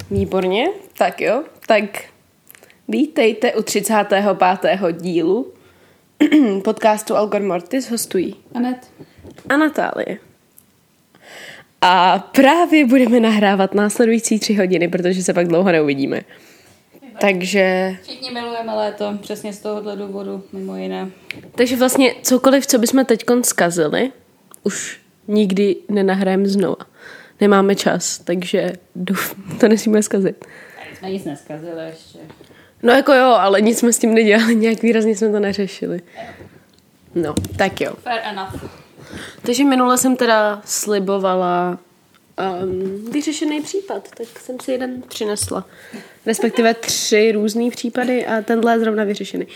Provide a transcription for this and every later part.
Výborně, tak jo. Tak vítejte u 35. dílu podcastu Algor Mortis. Hostují Anet a Natálie. A právě budeme nahrávat následující 3 hodiny, protože se pak dlouho neuvidíme. Takže... Všichni milujeme léto, přesně z tohohle důvodu, mimo jiné. Takže vlastně cokoliv, co bychom teďkon zkazili, už nikdy nenahrajeme znova. Nemáme čas, takže to nesmíme zkazit. Jsme nic neskazili ještě. No jako jo, ale nic jsme s tím nedělali, nějak výrazně jsme to neřešili. No, tak jo. Fair enough. Takže minule jsem teda slibovala vyřešený případ, tak jsem si jeden přinesla. Respektive 3 různý případy a tenhle je zrovna vyřešený.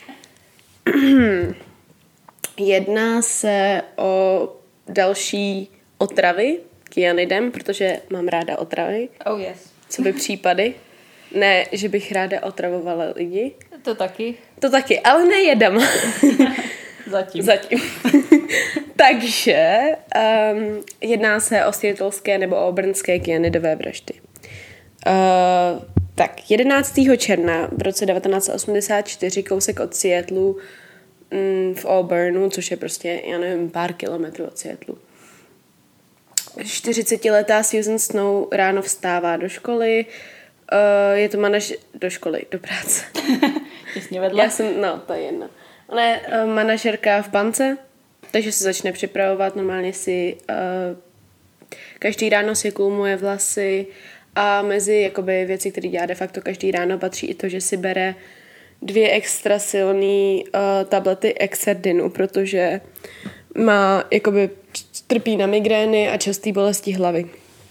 Jedná se o další otravy kyanidem, protože mám ráda otravy. Oh yes. Co by případy? Ne, že bych ráda otravovala lidi. To taky. To taky, ale nejedem. Zatím. Takže jedná se o seattlské nebo o brnské kyanidové vraždy. Tak 11. června v roce 1984 kousek od Seattlu v Auburnu, což je prostě, já nevím, pár kilometrů od Seattlu. 40letá Susan Snow ráno vstává do školy, je to do školy, do práce. Těsně vedle. To je jedno. Ona je manažerka v bance, takže se začne připravovat, normálně si každý ráno si kulmuje vlasy a mezi jakoby věci, které dělá de facto každý ráno, patří i to, že si bere 2 extra silné tablety Excerdinu, protože má jakoby trpí na migrény a časté bolesti hlavy.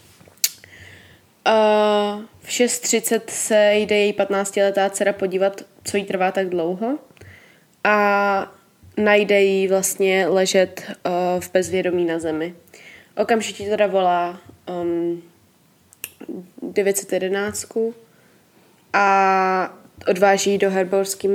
V 6:30 se jde její 15letá dcera podívat, co jí trvá tak dlouho, a najde jí vlastně ležet v bezvědomí na zemi. Okamžitě teda volá 911 a odváží do Herborské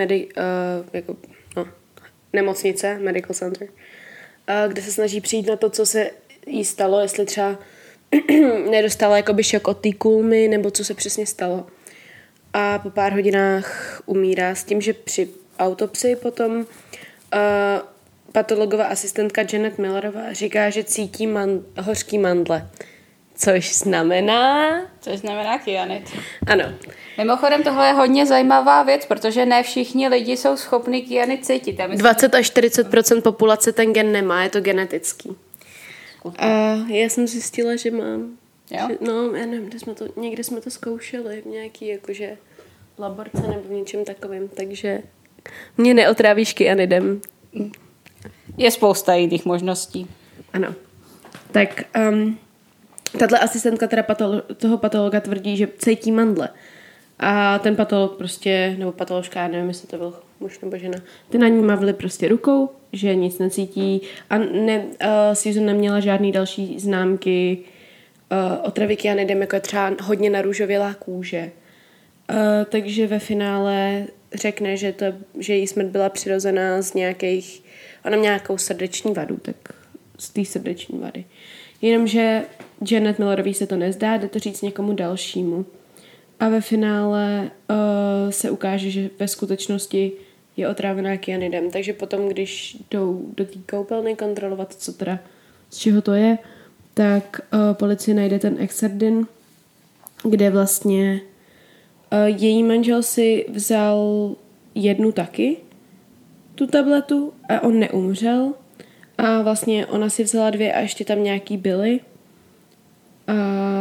nemocnice, Medical Center, kde se snaží přijít na to, co se jí stalo, jestli třeba nedostala jakoby šok od té kulmy, nebo co se přesně stalo. A po pár hodinách umírá s tím, že při autopsii potom patologová asistentka Janet Millerová říká, že cítí hořký mandle. Což znamená kyanid. Ano. Mimochodem tohle je hodně zajímavá věc, protože ne všichni lidi jsou schopni kyanid cítit. 20 až 40% populace ten gen nemá, je to genetický. A já jsem zjistila, že mám. Jo? Já nevím, někde jsme to zkoušeli v nějaký jakože laborce nebo v něčem takovým, takže mě neotrávíš kyanidem. Je spousta jiných možností. Ano. Tak tato asistentka teda toho patologa tvrdí, že cítí mandle. A ten patolog prostě, nebo patoložka, nevím, jestli to byl muž nebo žena, ty na ní mavli prostě rukou, že nic necítí a Susan neměla žádný další známky otravy kyanidem, jako je třeba hodně narůžovělá kůže. Takže ve finále řekne, že její smrt byla přirozená z ona měla nějakou srdeční vadu, tak z té srdeční vady. Jenomže Janet Millerový se to nezdá, jde to říct někomu dalšímu. A ve finále se ukáže, že ve skutečnosti je otrávená kyanidem. Takže potom, když jdou do té koupelny kontrolovat, z čeho to je, tak policie najde ten Excerdin, kde vlastně její manžel si vzal jednu taky, tu tabletu, a on neumřel. A vlastně ona si vzala 2 a ještě tam nějaký byly. A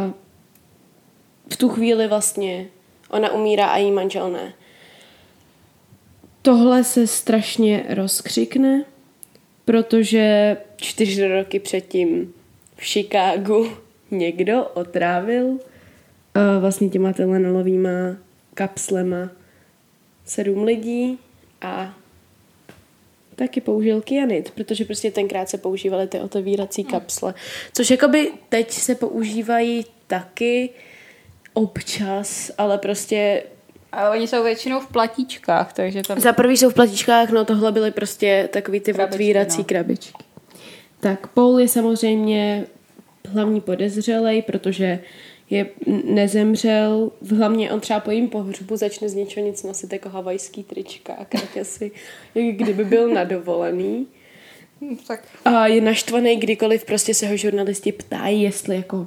v tu chvíli vlastně ona umírá a její manžel ne. Tohle se strašně rozkřikne, protože 4 roky předtím v Chicagu někdo otrávil vlastně těma tylenolovýma kapslema 7 lidí a taky použil kyanid, protože prostě tenkrát se používaly ty otevírací kapsle, což jakoby teď se používají taky občas, ale prostě... Ale oni jsou většinou v platíčkách, takže tam... Za prvý jsou v platíčkách, no tohle byly prostě takový ty otvírací krabičky. Tak Paul je samozřejmě hlavní podezřelej, protože nezemřel. Hlavně on třeba po jím pohřbu začne z ničeho nic nosit jako havajský trička a kraťasy, jak kdyby byl na dovolený. Tak. A je naštvaný, kdykoliv prostě se ho žurnalisti ptají, jestli jako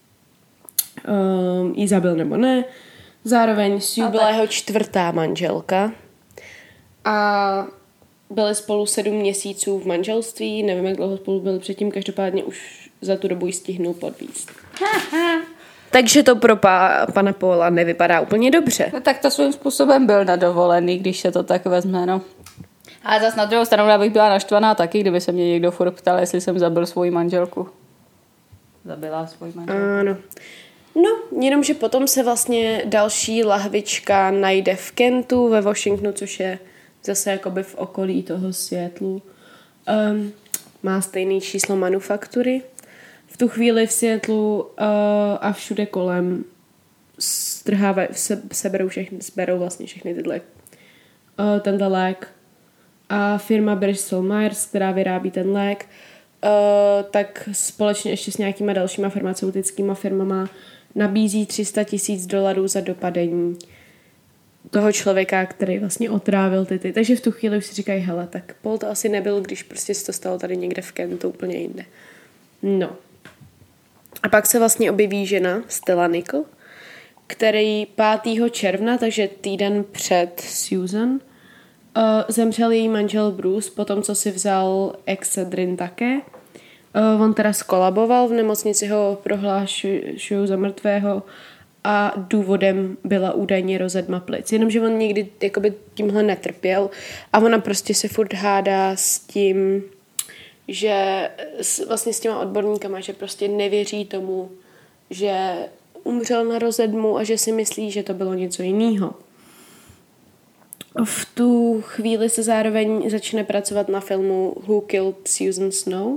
jí zabil nebo ne. Zároveň Sue byla jeho 4. manželka a byli spolu 7 měsíců v manželství, nevím, jak dlouho spolu byli předtím, každopádně už za tu dobu ji stihnul podvízt. Takže to pro pana Paula nevypadá úplně dobře. No, tak to svým způsobem byl na dovolený, když se to tak vezme, no. Ale zase na druhou stranu, já bych byla naštvaná taky, kdyby se mě někdo furt ptal, jestli jsem zabil svoji manželku. Zabila svoji manželku. Ano. No, jenomže potom se vlastně další lahvička najde v Kentu ve Washingtonu, což je zase jakoby v okolí toho Seattlu. Má stejné číslo manufaktury. V tu chvíli v Seattlu a všude kolem zberou vlastně všechny tenhle lék. A firma Bristol Myers, která vyrábí ten lék, tak společně ještě s nějakýma dalšíma farmaceutickýma firmama nabízí $300,000 za dopadení toho člověka, který vlastně otrávil ty. Takže v tu chvíli už si říkají, hele, tak Paul to asi nebyl, když prostě se to stalo tady někde v Kentu, úplně jinde. No. A pak se vlastně objeví žena, Stella Nichol, který 5. června, takže týden před Susan, zemřel její manžel Bruce, potom co si vzal Excedrin také. On teda skolaboval, v nemocnici ho prohlášují za mrtvého a důvodem byla údajně rozedma plic. Jenomže on nikdy jakoby tímhle netrpěl a ona prostě se furt hádá s tím, že vlastně s těma odborníkama, že prostě nevěří tomu, že umřel na rozedmu a že si myslí, že to bylo něco jiného. V tu chvíli se zároveň začne pracovat na filmu Who Killed Susan Snow,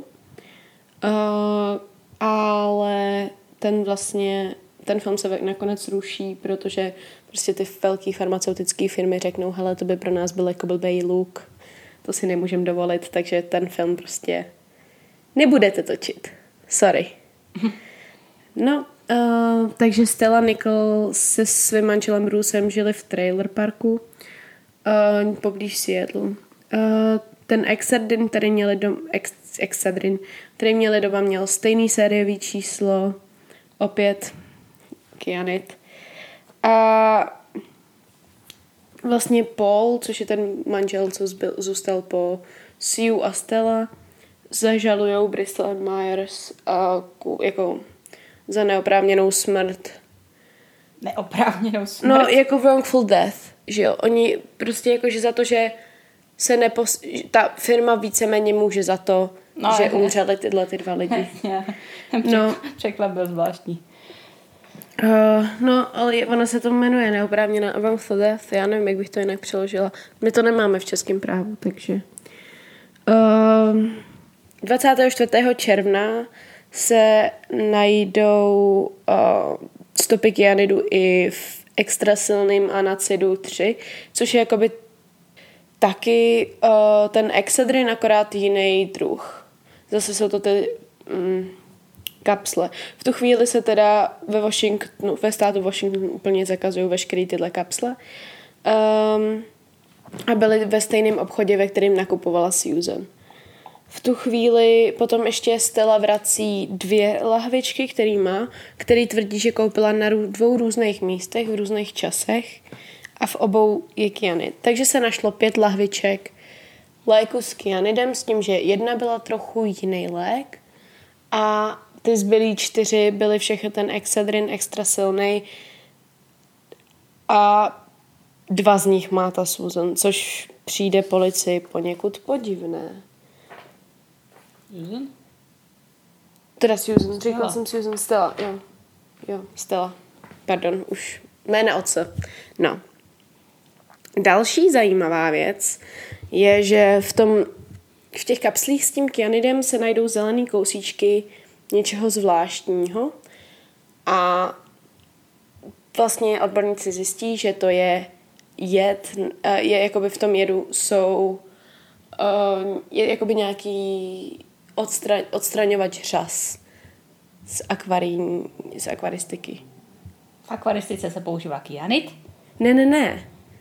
ale ten film se nakonec ruší, protože prostě ty velké farmaceutické firmy řeknou, hele, to by pro nás byl jako blbej look, to si nemůžeme dovolit, takže ten film prostě nebudete točit. Sorry. No, takže Stella Nichol se svým manželem Brucem žili v trailer parku poblíž Seattle. Ten Excedrin, který měli doma, měl stejný sériový číslo, opět kyanid. A vlastně Paul, což je ten manžel, co zůstal po Sue a Stella, zažalujou Bristol and Myers jako za neoprávněnou smrt. Neoprávněnou smrt? No, jako wrongful death, že jo. Oni prostě jako, že za to, že se ta firma víceméně může za to, že umřeli tyhle 2 lidi. Překlad byl zvláštní. No, ale ono se to jmenuje neoprávněná wrongful death. Já nevím, jak bych to jinak přeložila. My to nemáme v českém právu, takže... 24. června se najdou stopy kyanidu i v extrasilným anacidu 3, což je jakoby taky ten Excedrin, akorát jiný druh. Zase jsou to ty kapsle. V tu chvíli se teda ve státu Washington úplně zakazují veškeré tyhle kapsle. A byly ve stejném obchodě, ve kterém nakupovala Susan. V tu chvíli potom ještě Stella vrací 2 lahvičky, který tvrdí, že koupila na 2 různých místech, v různých časech a v obou je kyanid. Takže se našlo 5 lahviček léku s kyanidem, s tím, že 1 byla trochu jiný lék a ty zbylý 4 byly všechny ten Excedrin extra silnej a 2 z nich má ta Susan, což přijde policii poněkud podivné. Susan? Teda Susan, říkala jsem Susan, Stella, jo, Stella. Pardon, už jména otce. No. Další zajímavá věc je, že v těch kapslích s tím kyanidem se najdou zelený kousíčky něčeho zvláštního a vlastně odborníci zjistí, že to je jed, je jakoby v tom jedu je jakoby nějaký odstraňovač řas z akvaristiky. V akvaristice se používá kyanid? Ne.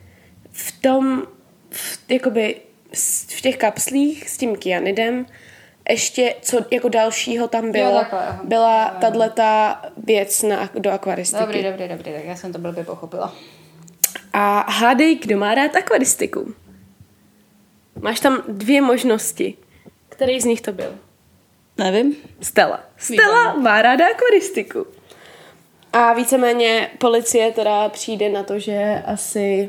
V těch kapslích s tím kyanidem ještě, co jako dalšího tam bylo, byla tato věc do akvaristiky. Dobrý, tak já jsem to blbě pochopila. A hádej, kdo má rád akvaristiku? Máš tam 2 možnosti. Který z nich to byl? Nevím. Stella má ráda akvaristiku. A víceméně policie teda přijde na to, že asi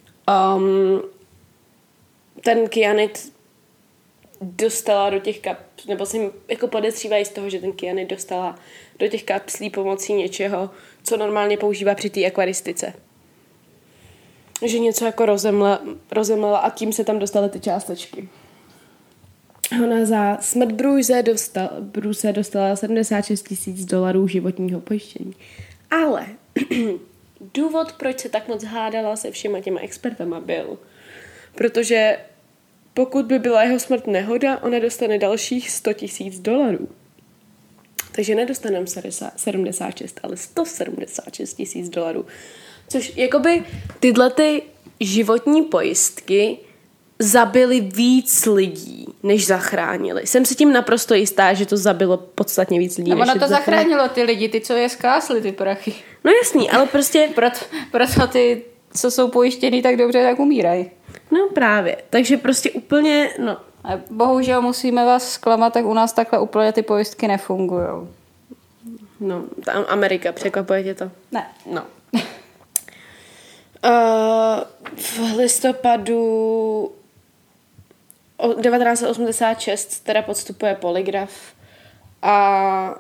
ten kyanid dostala do těch kapslí, nebo si jako podezřívají z toho, že ten kyanid dostala do těch kapslí pomocí něčeho, co normálně používá při té akvaristice. Že něco jako rozemlela a tím se tam dostaly ty částečky. Ona za smrt Bruce dostala $76,000 životního pojištění. Ale důvod, proč se tak moc hádala se všema těma expertama byl, protože pokud by byla jeho smrt nehoda, ona dostane dalších $100,000. Takže nedostaneme 76, ale $176,000. Což jakoby tyhle ty životní pojistky zabili víc lidí, než zachránili. Jsem si tím naprosto jistá, že to zabilo podstatně víc lidí, než ono to zachránilo ty lidi, ty, co je zkásli, ty prachy. No jasný, ale prostě... Proto ty, co jsou pojištěný tak dobře, tak umírají. No právě, takže prostě úplně, no. A bohužel musíme vás zklamat, tak u nás takhle úplně ty pojistky nefungujou. No, tam Amerika, překvapuje tě to? Ne. No. V listopadu 1986 teda podstupuje polygraf a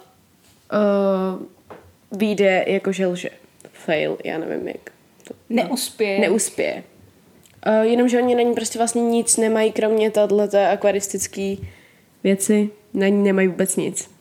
vyjde jako že lže. Fail, já nevím jak. Neuspěje. Jenomže oni na ní prostě vlastně nic nemají, kromě tato akvaristické věci. Na ní nemají vůbec nic.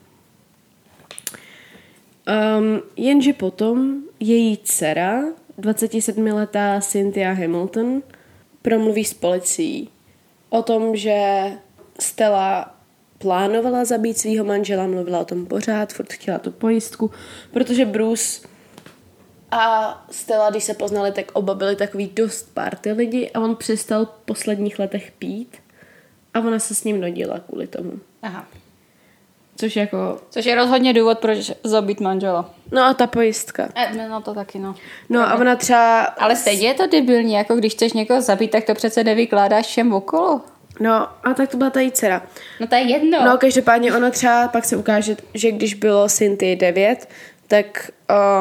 Jenže potom její dcera, 27letá Cynthia Hamilton, promluví s policií o tom, že Stella plánovala zabít svého manžela, mluvila o tom pořád, furt chtěla tu pojistku, protože Bruce a Stella, když se poznali, tak oba byli takový dost party lidi a on přestal v posledních letech pít a ona se s ním nudila kvůli tomu. Aha. Což je rozhodně důvod, proč zabít manžela. No a ta pojistka. No to taky, no. No a ona třeba... Ale stejně je to debilní, jako když chceš někoho zabít, tak to přece nevykládáš všem okolo. No a tak to byla ta její dcera. No to je jedno. No každopádně ona třeba, pak se ukáže, že když bylo Cynthia 9, tak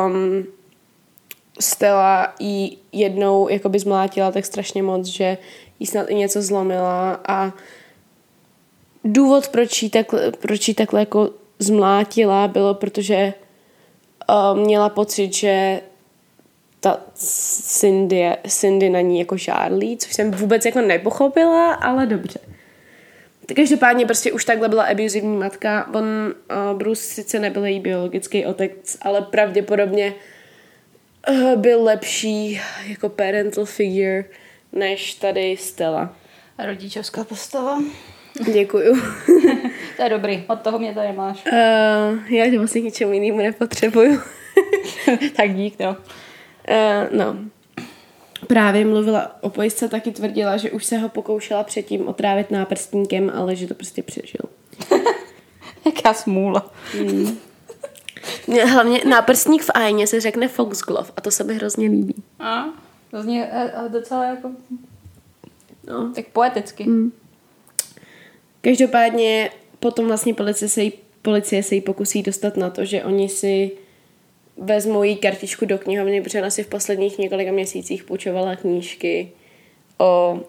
Stella jí jednou jakoby zmlátila tak strašně moc, že jí snad i něco zlomila a důvod, proč jí takhle jako zmlátila, bylo, protože měla pocit, že ta Cindy na ní jako žádlí, což jsem vůbec jako nepochopila, ale dobře. Každopádně prostě už takhle byla abusivní matka. Bruce sice nebyl její biologický otec, ale pravděpodobně byl lepší jako parental figure než tady Stella. Rodičovská postava. Děkuju. To je dobrý, od toho mě tady máš. Já tě vlastně k ničemu jinému nepotřebuju. Tak dík, no. No. Právě mluvila o pojistce, taky tvrdila, že už se ho pokoušela předtím otrávit náprstníkem, ale že to prostě přežil. Jaká smůla. Hlavně náprstník v Ajně se řekne foxglove a to se mi hrozně líbí. To zní docela jako... No. Tak poeticky. Každopádně potom vlastně policie se jí pokusí dostat na to, že oni si vezmou jí kartičku do knihovny, protože ona si v posledních několika měsících půjčovala knížky o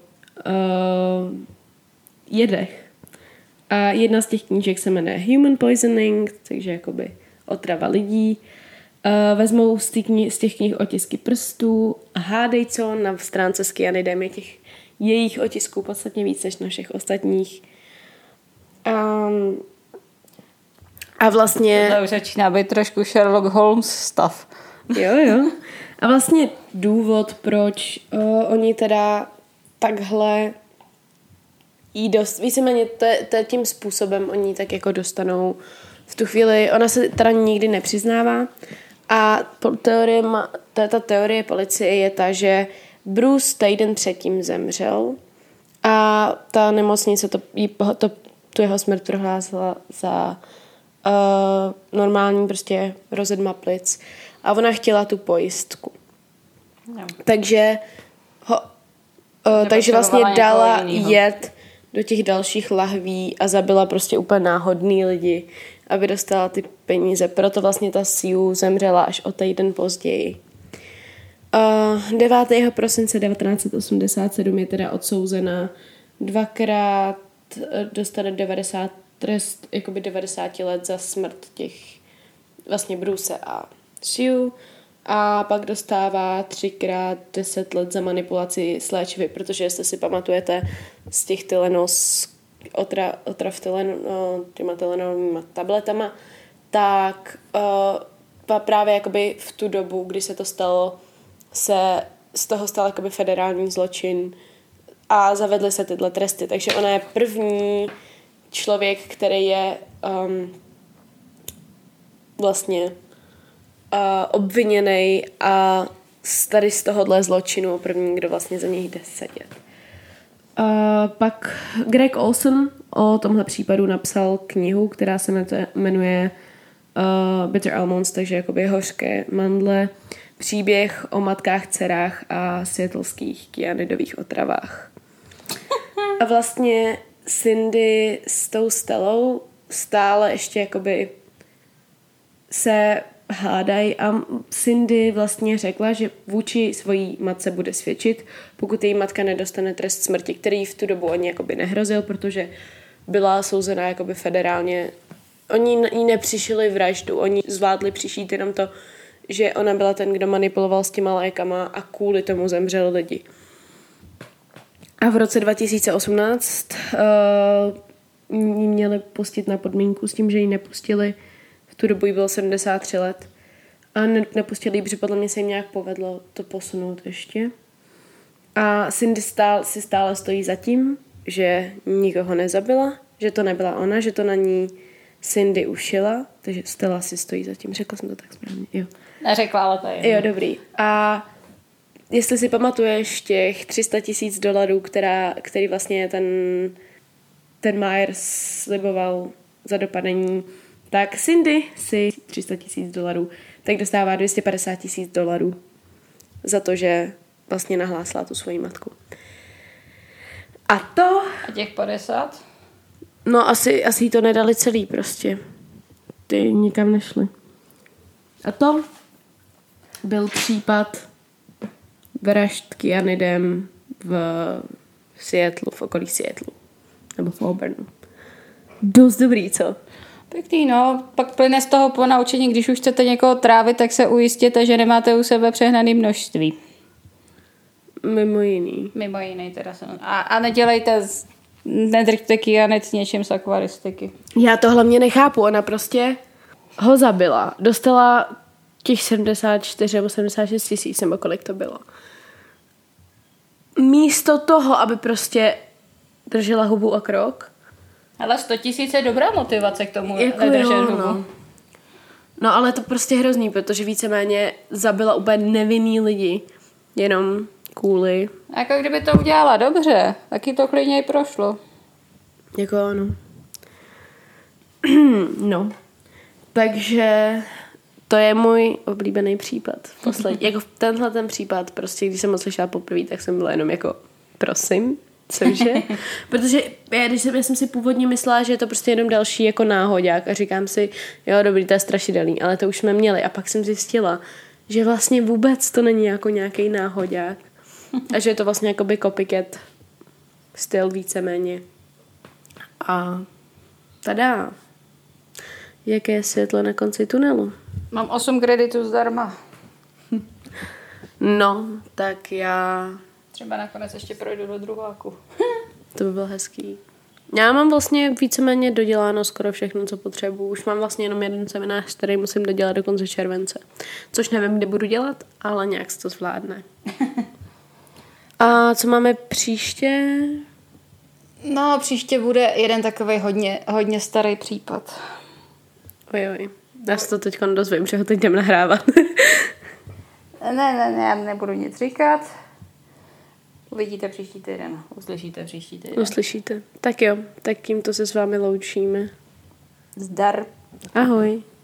jedech. A jedna z těch knížek se jmenuje Human Poisoning, takže jakoby otrava lidí. Vezmou z těch knih otisky prstů a hádej co, na stránce s kyanidem je těch jejich otisků podstatně víc než našich ostatních. A vlastně... To už začíná být trošku Sherlock Holmes stav. Jo. A vlastně důvod, proč oni teda takhle jí víceméně to je tím způsobem oni tak jako dostanou v tu chvíli, ona se teda nikdy nepřiznává, A ta teorie policie je ta, že Bruce týden předtím zemřel a ta nemocnice tu jeho smrt prohlásila za normální prostě rozedma plic a ona chtěla tu pojistku. No. Takže vlastně dala jet do těch dalších lahví a zabila prostě úplně náhodný lidi, aby dostala ty peníze. Proto vlastně ta Sue zemřela až o týden později. 9. prosince 1987 je teda odsouzena, dvakrát dostane 90 let za smrt těch vlastně Bruce a Sue a pak dostává 3x 10 let za manipulaci s léčivy, protože jestli si pamatujete z těch otrav těma tylenovými tabletama, tak právě jakoby v tu dobu, kdy se to stalo, se z toho stal jakoby federální zločin a zavedly se tyhle tresty. Takže ona je první člověk, který je vlastně obviněnej a tady z tohohle zločinu první, kdo vlastně za něj jde sedět. Pak Greg Olson o tomhle případu napsal knihu, která se jmenuje Bitter Almonds, takže jakoby hořké mandle, příběh o matkách, dcerách a seattleských kyanidových otravách. A vlastně Cindy s tou Stellou stále ještě jakoby se hádají a Cindy vlastně řekla, že vůči svojí matce bude svědčit, pokud její matka nedostane trest smrti, který v tu dobu ani jakoby nehrozil, protože byla souzená jakoby federálně. Oni jí nepřišili vraždu, oni zvládli přišít jenom to, že ona byla ten, kdo manipuloval s těma lékama a kvůli tomu zemřeli lidi. A v roce 2018 měli pustit na podmínku s tím, že ji nepustili. V tu dobu jí bylo 73 let. A nepustili ji, protože podle mě se jim nějak povedlo to posunout ještě. A Cindy si stále stojí za tím, že nikoho nezabila, že to nebyla ona, že to na ní Cindy ušila, takže Stella si stojí za tím. Řekla jsem to tak správně, jo. Neřekla, ale to je. Jo, dobrý. A jestli si pamatuješ těch $300,000, který vlastně ten Myers sliboval za dopadení, tak Cindy si $300,000, tak dostává $250,000 za to, že vlastně nahlásila tu svoji matku. A těch 50? No asi jí to nedali celý prostě. Ty nikam nešli. A to byl případ vražd kyanidem v Seattlu, v okolí Seattlu. Nebo v Auburnu. Dost dobrý, co? Pěkný, no. Pak plyne z toho ponaučení, když už chcete někoho trávit, tak se ujistěte, že nemáte u sebe přehnané množství. Mimo jiný teda jsem. A nedrťte kyanid s něčím z akvaristiky. Já to hlavně nechápu. Ona prostě ho zabila. Dostala těch 74 nebo 76 tisíc, nebo kolik to bylo. Místo toho, aby prostě držela hubu a krok. Ale 100 000 je dobrá motivace k tomu nedržet hubu. No ale to prostě hrozný, protože víceméně zabila úplně nevinný lidi. Jenom kvůli. Jako kdyby to udělala dobře, taky to klidně i prošlo. Jako ano. No. Takže to je můj oblíbený případ. Jako tenhle ten případ, prostě když jsem ho slyšela poprvé, tak jsem byla jenom jako prosím, cože? Protože já jsem si původně myslela, že je to prostě jenom další jako náhodák a říkám si, jo dobrý, to je strašidelný, ale to už jsme měli a pak jsem zjistila, že vlastně vůbec to není jako nějaký náhodák a že je to vlastně jakoby copycat styl víceméně. A tada. Jaké je světlo na konci tunelu? Mám 8 kreditů zdarma. No, tak já... Třeba nakonec ještě projdu do druháku. To by bylo hezký. Já mám vlastně víceméně doděláno skoro všechno, co potřebuji. Už mám vlastně jenom jeden seminář, který musím dodělat do konce července. Což nevím, kdy budu dělat, ale nějak se to zvládne. A co máme příště? No, příště bude jeden takový hodně starý případ. Ojoj. Já se to teď dozvím, že ho teď jdem nahrávat. Ne, já nebudu nic říkat. Uvidíte příští týden. Uslyšíte příští týden. Uslyšíte. Tak jo, tak tímto se s vámi loučíme. Zdar. Ahoj.